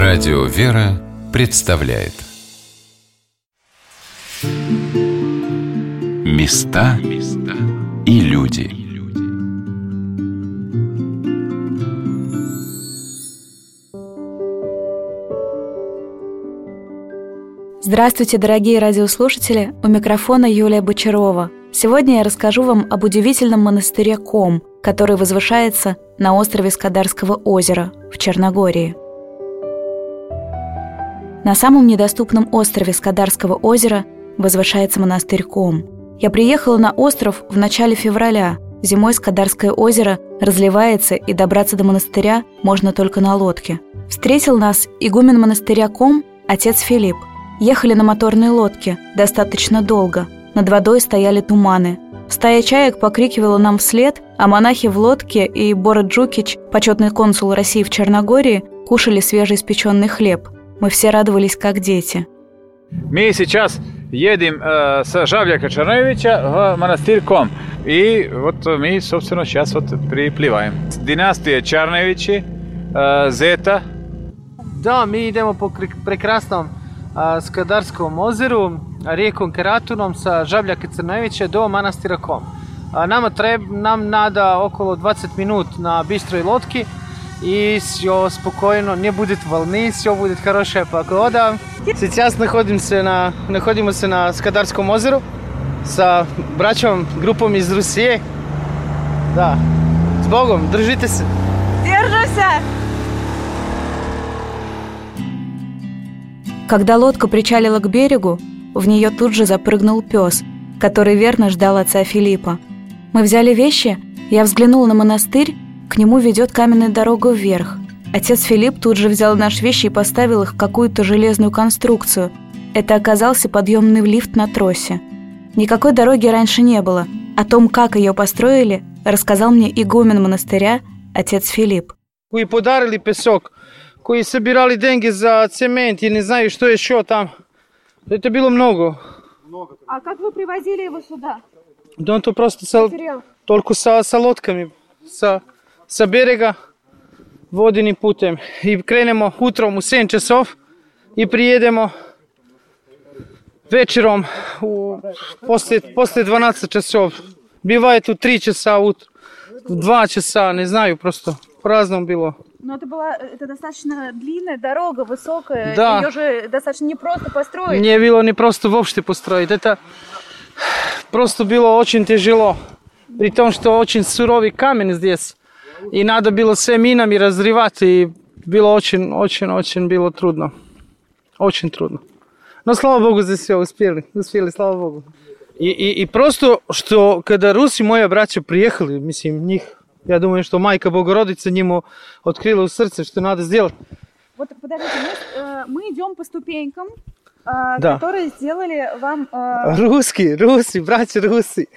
Радио «Вера» представляет Места и люди. Здравствуйте, дорогие радиослушатели! У микрофона Юлия Бочарова. Сегодня я расскажу вам об удивительном монастыре Ком, который возвышается на острове Скадарского озера в Черногории. На самом недоступном острове Скадарского озера возвышается монастырь Ком. Я приехала на остров в начале февраля. Зимой Скадарское озеро разливается, и добраться до монастыря можно только на лодке. Встретил нас игумен монастыря Ком, отец Филипп. Ехали на моторной лодке достаточно долго. Над водой стояли туманы. Стая чаек покрикивала нам вслед, а монахи в лодке и Борат Джукич, почетный консул России в Черногории, кушали свежеиспеченный хлеб. Мы все радовались, как дети. Мы сейчас едем с Жабляка Черновича в монастырь Ком. И вот мы, собственно, сейчас вот приплываем. Династия Черновичи, Зета. Да, мы идем по прекрасном Скадарском озеру, реком Кератуном с Жабляка Черновича до монастыря Ком. Нам надо около 20 минут на быстрой лодке. И все спокойно, не будет волны, все будет хорошая погода. Сейчас находимся на Скадарском озере с братьям, группами из России. Да. С Богом, держитесь. Держимся! Когда лодка причалила к берегу, в нее тут же запрыгнул пес, который верно ждал отца Филиппа. Мы взяли вещи, я взглянула на монастырь. К нему ведет каменная дорога вверх. Отец Филипп тут же взял наши вещи и поставил их в какую-то железную конструкцию. Это оказался подъемный лифт на тросе. Никакой дороги раньше не было. О том, как ее построили, рассказал мне игумен монастыря, отец Филипп. Кои подарили песок, кои собирали деньги за цемент, и не знаю, что еще там. Это было много. А как вы привозили его сюда? Да, то просто только с лодками. Sa берега водным путем. И кrenemo утром у 7 часов и приедем вечером после 12 часов. Бывает тут 3 часа, в 2 часа, не знаю, просто по-разному было. Но это достаточно длинная дорога, высокая, да. Ее же достаточно непросто построить. Не было непросто вообще построить, это просто было очень тяжело. При том, что очень суровый камень здесь. И надо было все минами разрывать, и было очень было трудно. Очень трудно. Но, слава Богу, здесь все успели, слава Богу. И просто, что когда Руси, мои братья, приехали, я думаю, что Майка Богородица ему открыла в сердце, что надо сделать. Вот, подождите, мы идем по ступенькам, да. которые сделали вам... Руси, братья Руси.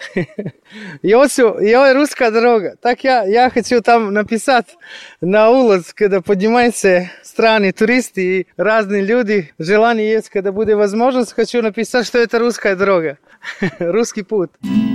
И русская дорога. Так я хочу там написать на улице, когда поднимаются страны, туристы и разные люди. Желание есть, когда будет возможность, хочу написать, что это русская дорога. Русский путь.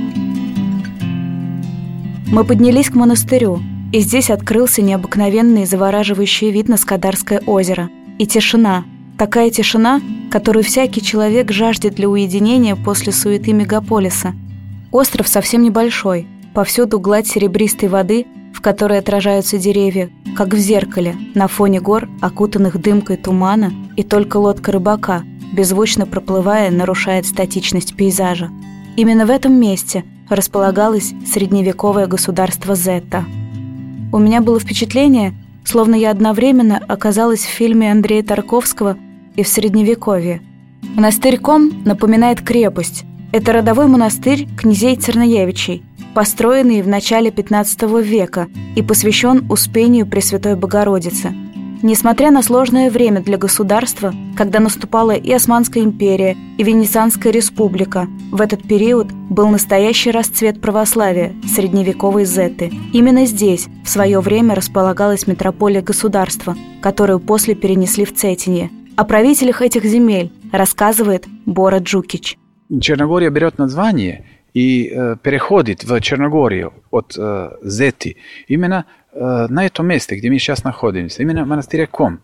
Мы поднялись к монастырю, и здесь открылся необыкновенный завораживающий вид на Скадарское озеро. И тишина. Такая тишина, которую всякий человек жаждет для уединения после суеты мегаполиса. Остров совсем небольшой, повсюду гладь серебристой воды, в которой отражаются деревья, как в зеркале, на фоне гор, окутанных дымкой тумана, и только лодка рыбака, беззвучно проплывая, нарушает статичность пейзажа. Именно в этом месте располагалось средневековое государство Зета. У меня было впечатление, словно я одновременно оказалась в фильме Андрея Тарковского и в Средневековье. Монастырь Ком напоминает крепость. Это родовой монастырь князей Церноевичей, построенный в начале XV века и посвящен Успению Пресвятой Богородицы. Несмотря на сложное время для государства, когда наступала и Османская империя, и Венецианская республика, в этот период был настоящий расцвет православия, средневековой Зеты. Именно здесь в свое время располагалась метрополия государства, которую после перенесли в Цетинье. О правителях этих земель рассказывает Борат Джукич. Черногория берет название и переходит в Черногорию от Зети именно на этом месте, где мы сейчас находимся, именно монастырь Ком.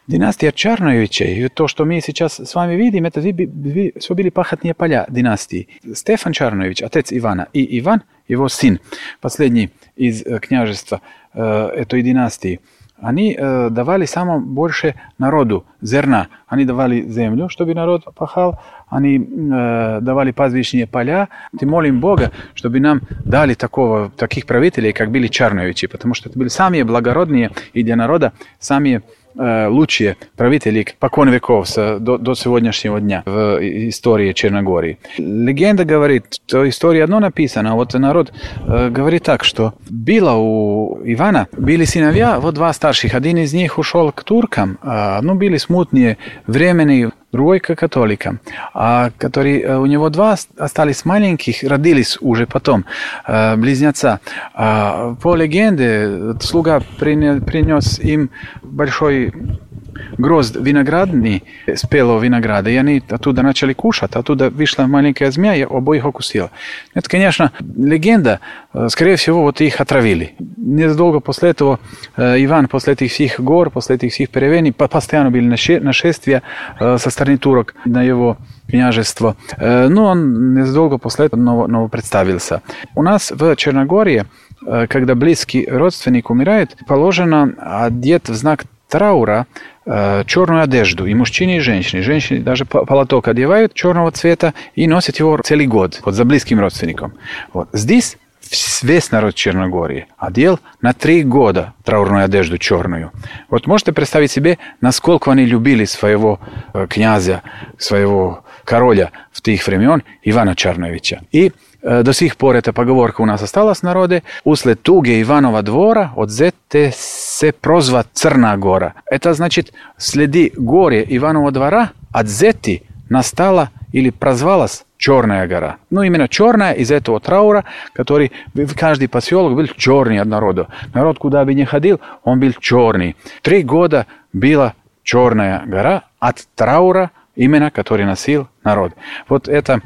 Династия Черновичей, и то, что мы сейчас с вами видим, это все были пахотные поля династии. Стефан Чернович, отец Ивана, и Иван, его сын, последний из княжества этой династии, они давали самое больше народу зерна. Они давали землю, чтобы народ пахал, они давали пастбищные поля. И молим Бога, чтобы нам дали таких правителей, как были Черновичи, потому что это были самые благородные и для народа самые лучшие правители покон веков до сегодняшнего дня в истории Черногории. Легенда говорит, что история одно написано, а вот народ говорит так, что было у Ивана, были сыновья, вот два старших, один из них ушел к туркам, были смутные времена, другой к католикам, у него два остались маленьких, родились уже потом, близнеца. По легенде, слуга принес им большой грозд виноградный, спелого винограда, и они оттуда начали кушать, оттуда вышла маленькая змея и обоих укусила. Это, конечно, легенда, скорее всего, вот их отравили. Незадолго после этого Иван, после этих всех гор, после этих всех перемений, постоянно были нашествия со стороны турок на его княжество. Но он незадолго после этого представился. У нас в Черногории, когда близкий родственник умирает, положено одеть в знак траура черную одежду, и мужчине, и женщине. Женщины даже полоток одевают черного цвета и носят его целый год, вот за близким родственником. Вот. Здесь весь народ Черногории одел на 3 года траурную одежду черную. Вот можете представить себе, насколько они любили своего князя, своего короля в тех времен, Ивана Черновича. И до сих пор эта поговорка у нас осталась в народе. Услед туге Иванова двора, отзете се прозва Црна гора. Это значит, следи горе Иванова двора, отзети настала или прозвалась Черная гора. Именно черная из этого траура, который в каждый поселок был черный от народа. Народ, куда бы ни ходил, он был черный. 3 года была Черная гора от траура, именно который носил народ. Вот это,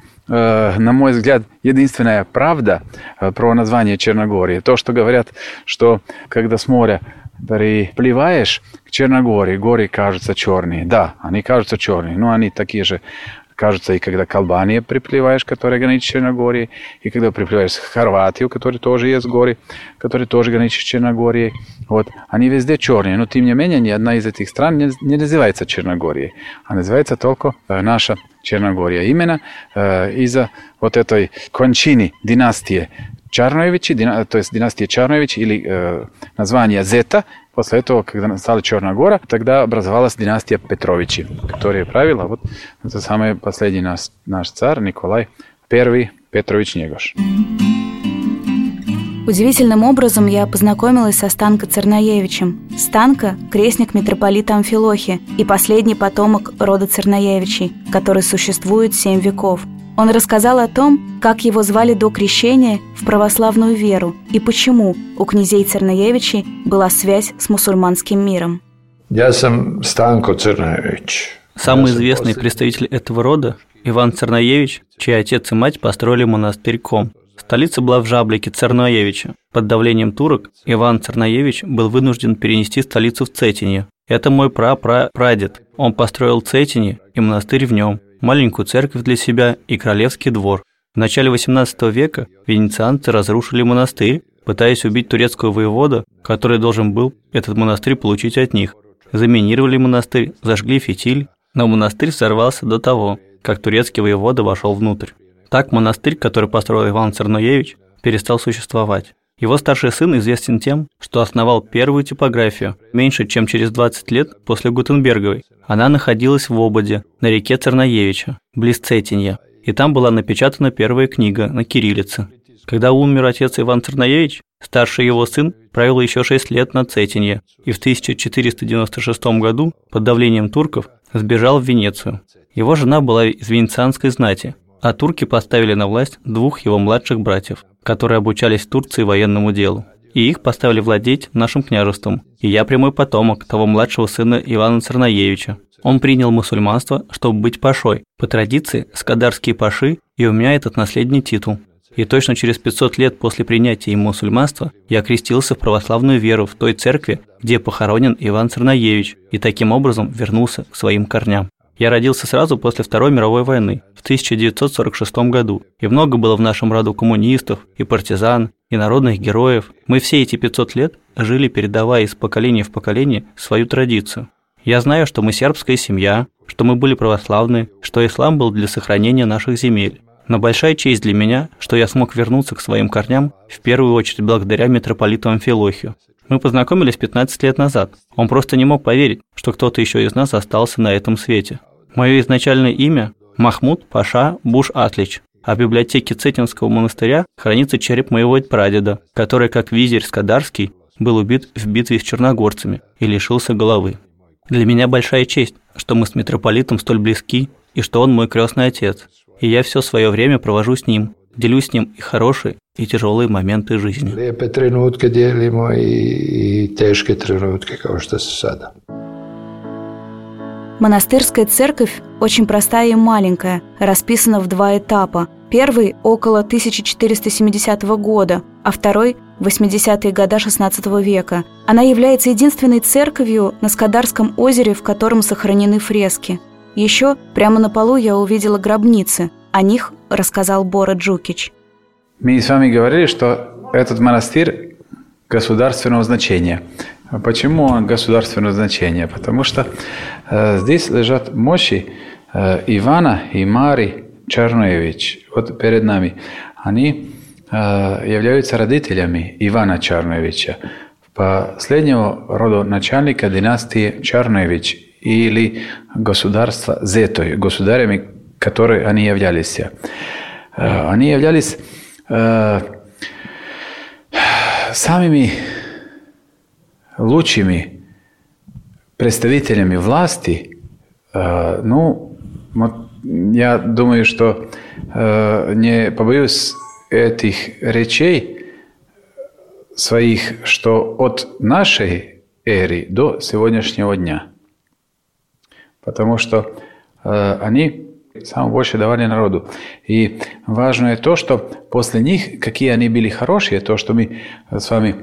на мой взгляд, единственная правда про название Черногории. То, что говорят, что когда с моря приплываешь к Черногории, горы кажутся черные. Да, они кажутся черные, но они такие же кажутся и когда к Албании приплываешь, которая граничит с Черногорией, и когда приплываешь в Хорватию, в которой тоже есть горы, которые тоже граничат с Черногорией. Вот. Они везде черные, но тем не менее ни одна из этих стран не называется Черногорией, а называется только наша Черногория. Именно из-за вот этой кончины династии Черновичи, то есть династия Чернович или название Зета. После этого, когда настала Черная гора, тогда образовалась династия Петровичей, которая правила вот это самый последний наш царь Николай I Петрович Негош. Удивительным образом я познакомилась со Станко Цернаевичем. Станко – крестник митрополита Амфилохи и последний потомок рода Цернаевичей, который существует 7 веков. Он рассказал о том, как его звали до крещения в православную веру и почему у князей Цернаевичей была связь с мусульманским миром. Я сам Станко Цернаевич. Самый известный представитель этого рода – Иван Цернаевич, чей отец и мать построили монастырь Ком. Столица была в Жаблике Цернаевича. Под давлением турок Иван Цернаевич был вынужден перенести столицу в Цетинье. Это мой прапрадед. Он построил Цетинье и монастырь в нем, маленькую церковь для себя и королевский двор. В начале XVIII века венецианцы разрушили монастырь, пытаясь убить турецкого воевода, который должен был этот монастырь получить от них. Заминировали монастырь, зажгли фитиль, но монастырь взорвался до того, как турецкий воевода вошел внутрь. Так монастырь, который построил Иван Цернаевич, перестал существовать. Его старший сын известен тем, что основал первую типографию меньше, чем через 20 лет после Гутенберговой. Она находилась в Ободе, на реке Цернаевича, близ Цетинья, и там была напечатана первая книга на кириллице. Когда умер отец Иван Цернаевич, старший его сын правил еще 6 лет на Цетинье и в 1496 году под давлением турков сбежал в Венецию. Его жена была из венецианской знати, а турки поставили на власть 2 его младших братьев, которые обучались в Турции военному делу. И их поставили владеть нашим княжеством. И я прямой потомок того младшего сына Ивана Цернаевича. Он принял мусульманство, чтобы быть пашой. По традиции, скадарские паши, и у меня этот наследный титул. И точно через 500 лет после принятия им мусульманства я крестился в православную веру в той церкви, где похоронен Иван Церноевич, и таким образом вернулся к своим корням. Я родился сразу после Второй мировой войны, в 1946 году, и много было в нашем роду коммунистов, и партизан, и народных героев. Мы все эти 500 лет жили, передавая из поколения в поколение свою традицию. Я знаю, что мы сербская семья, что мы были православны, что ислам был для сохранения наших земель. Но большая честь для меня, что я смог вернуться к своим корням, в первую очередь благодаря митрополиту Амфилохию. Мы познакомились 15 лет назад. Он просто не мог поверить, что кто-то еще из нас остался на этом свете. Мое изначальное имя – Махмуд Паша Буш-Атлич, а в библиотеке Цетинского монастыря хранится череп моего прадеда, который, как визирь Скадарский, был убит в битве с черногорцами и лишился головы. Для меня большая честь, что мы с митрополитом столь близки, и что он мой крестный отец, и я все свое время провожу с ним, делюсь с ним и хорошие, и тяжелые моменты жизни. Lijepe trenutke dijelimo i teške trenutke kao što su sada. Монастырская церковь очень простая и маленькая, расписана в 2 этапа. Первый – около 1470 года, а второй – 80-е годы XVI века. Она является единственной церковью на Скадарском озере, в котором сохранены фрески. Еще прямо на полу я увидела гробницы. О них рассказал Бора Джукич. Мы с вами говорили, что этот монастырь государственного значения. Почему он государственного значения? Потому что здесь лежат мощи Ивана и Мари Черноевич. Вот перед нами. Они являются родителями Ивана Черноевича, последнего родоначальника династии Черноевич или государства Зетой, государями, которые они являлись. Они являлись самыми лучшими представителями власти. Я думаю, что не побоюсь этих речей своих, что от нашей эры до сегодняшнего дня. Потому что они самое больше давали народу. И важно то, что после них, какие они были хорошие, то, что мы с вами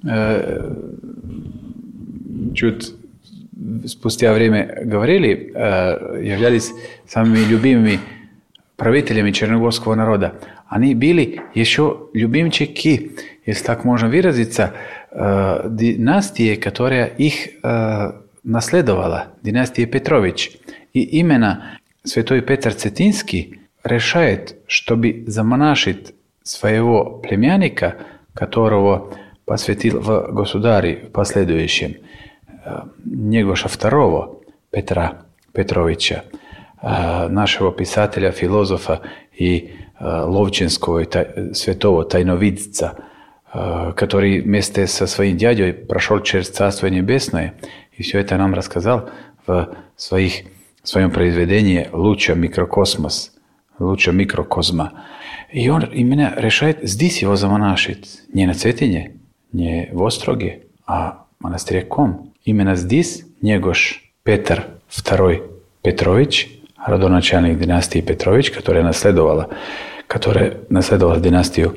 чуть спустя время говорили, являлись самыми любимыми правителями черногорского народа. Они были еще любимчики, если так можно выразиться, династии, которая их наследовала, династия Петрович. И именно святой Петр Цетинский решает, чтобы замонашить своего племянника, которого посвятил в государи в последующем, Негоша II Петра Петровича, нашего писателя, философа и ловчинского святого тайновидца, который вместе со своим дядей прошел через Царство Небесное, и все это нам рассказал в своем произведении «Луча микрокосма». И он именно решает здесь его замонашить. Не на Цетине, не в Остроге, а в монастыре Ком. Именно здесь Негош Петр II Петрович, родоначальник династии Петрович, которая наследовала династию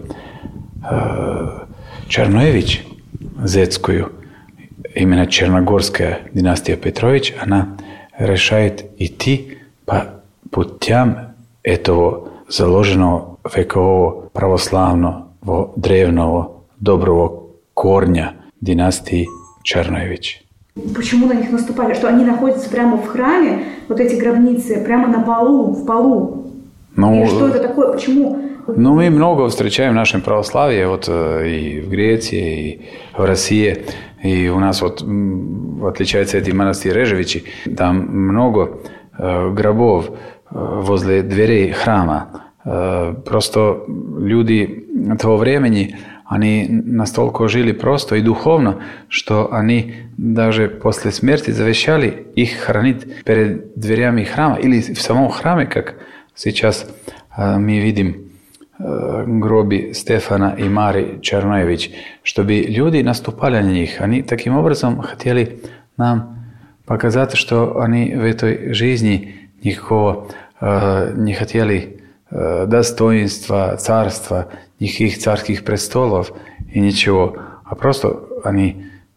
Черноевич, Зетскую, именно Черногорская династия Петрович, она решает идти по путям этого заложенного векового православного древнего доброго корня династии Черноевич. Почему на них наступали? Что они находятся прямо в храме, вот эти гробницы, прямо на полу, в полу? И что это такое? Почему? Мы много встречаем в нашем православии, вот и в Греции, и в России. И у нас вот отличается эти монастырь Режевичи. Там много гробов возле дверей храма. Просто люди того времени, они настолько жили просто и духовно, что они даже после смерти завещали их хранить перед дверями храма или в самом храме, как сейчас мы видим гробы Стефана и Мари Черноевич, чтобы люди наступали на них. Они таким образом хотели нам показать, что они в этой жизни никакого не хотели достоинства, царства, никаких царских престолов и ничего. А просто они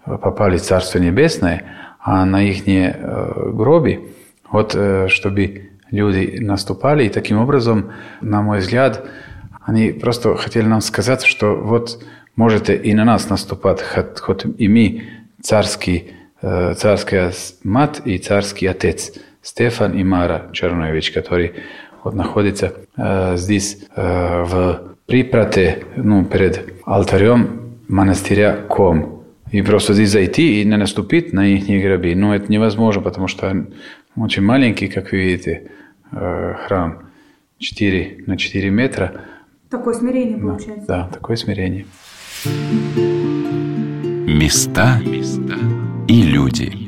попали в Царство Небесное, а на их гробы, вот чтобы люди наступали. И таким образом, на мой взгляд, они просто хотели нам сказать, что вот можете и на нас наступать, хоть и мы царская мать и царский отец Стефан и Мара Черноевич, которые вот находятся здесь в припрате, перед алтарем монастыря Ком. И просто здесь зайти и не наступить на их гробы, это невозможно, потому что он очень маленький, как вы видите, храм 4 на 4 метра. Такое смирение получается. Да, такое смирение. Места и люди.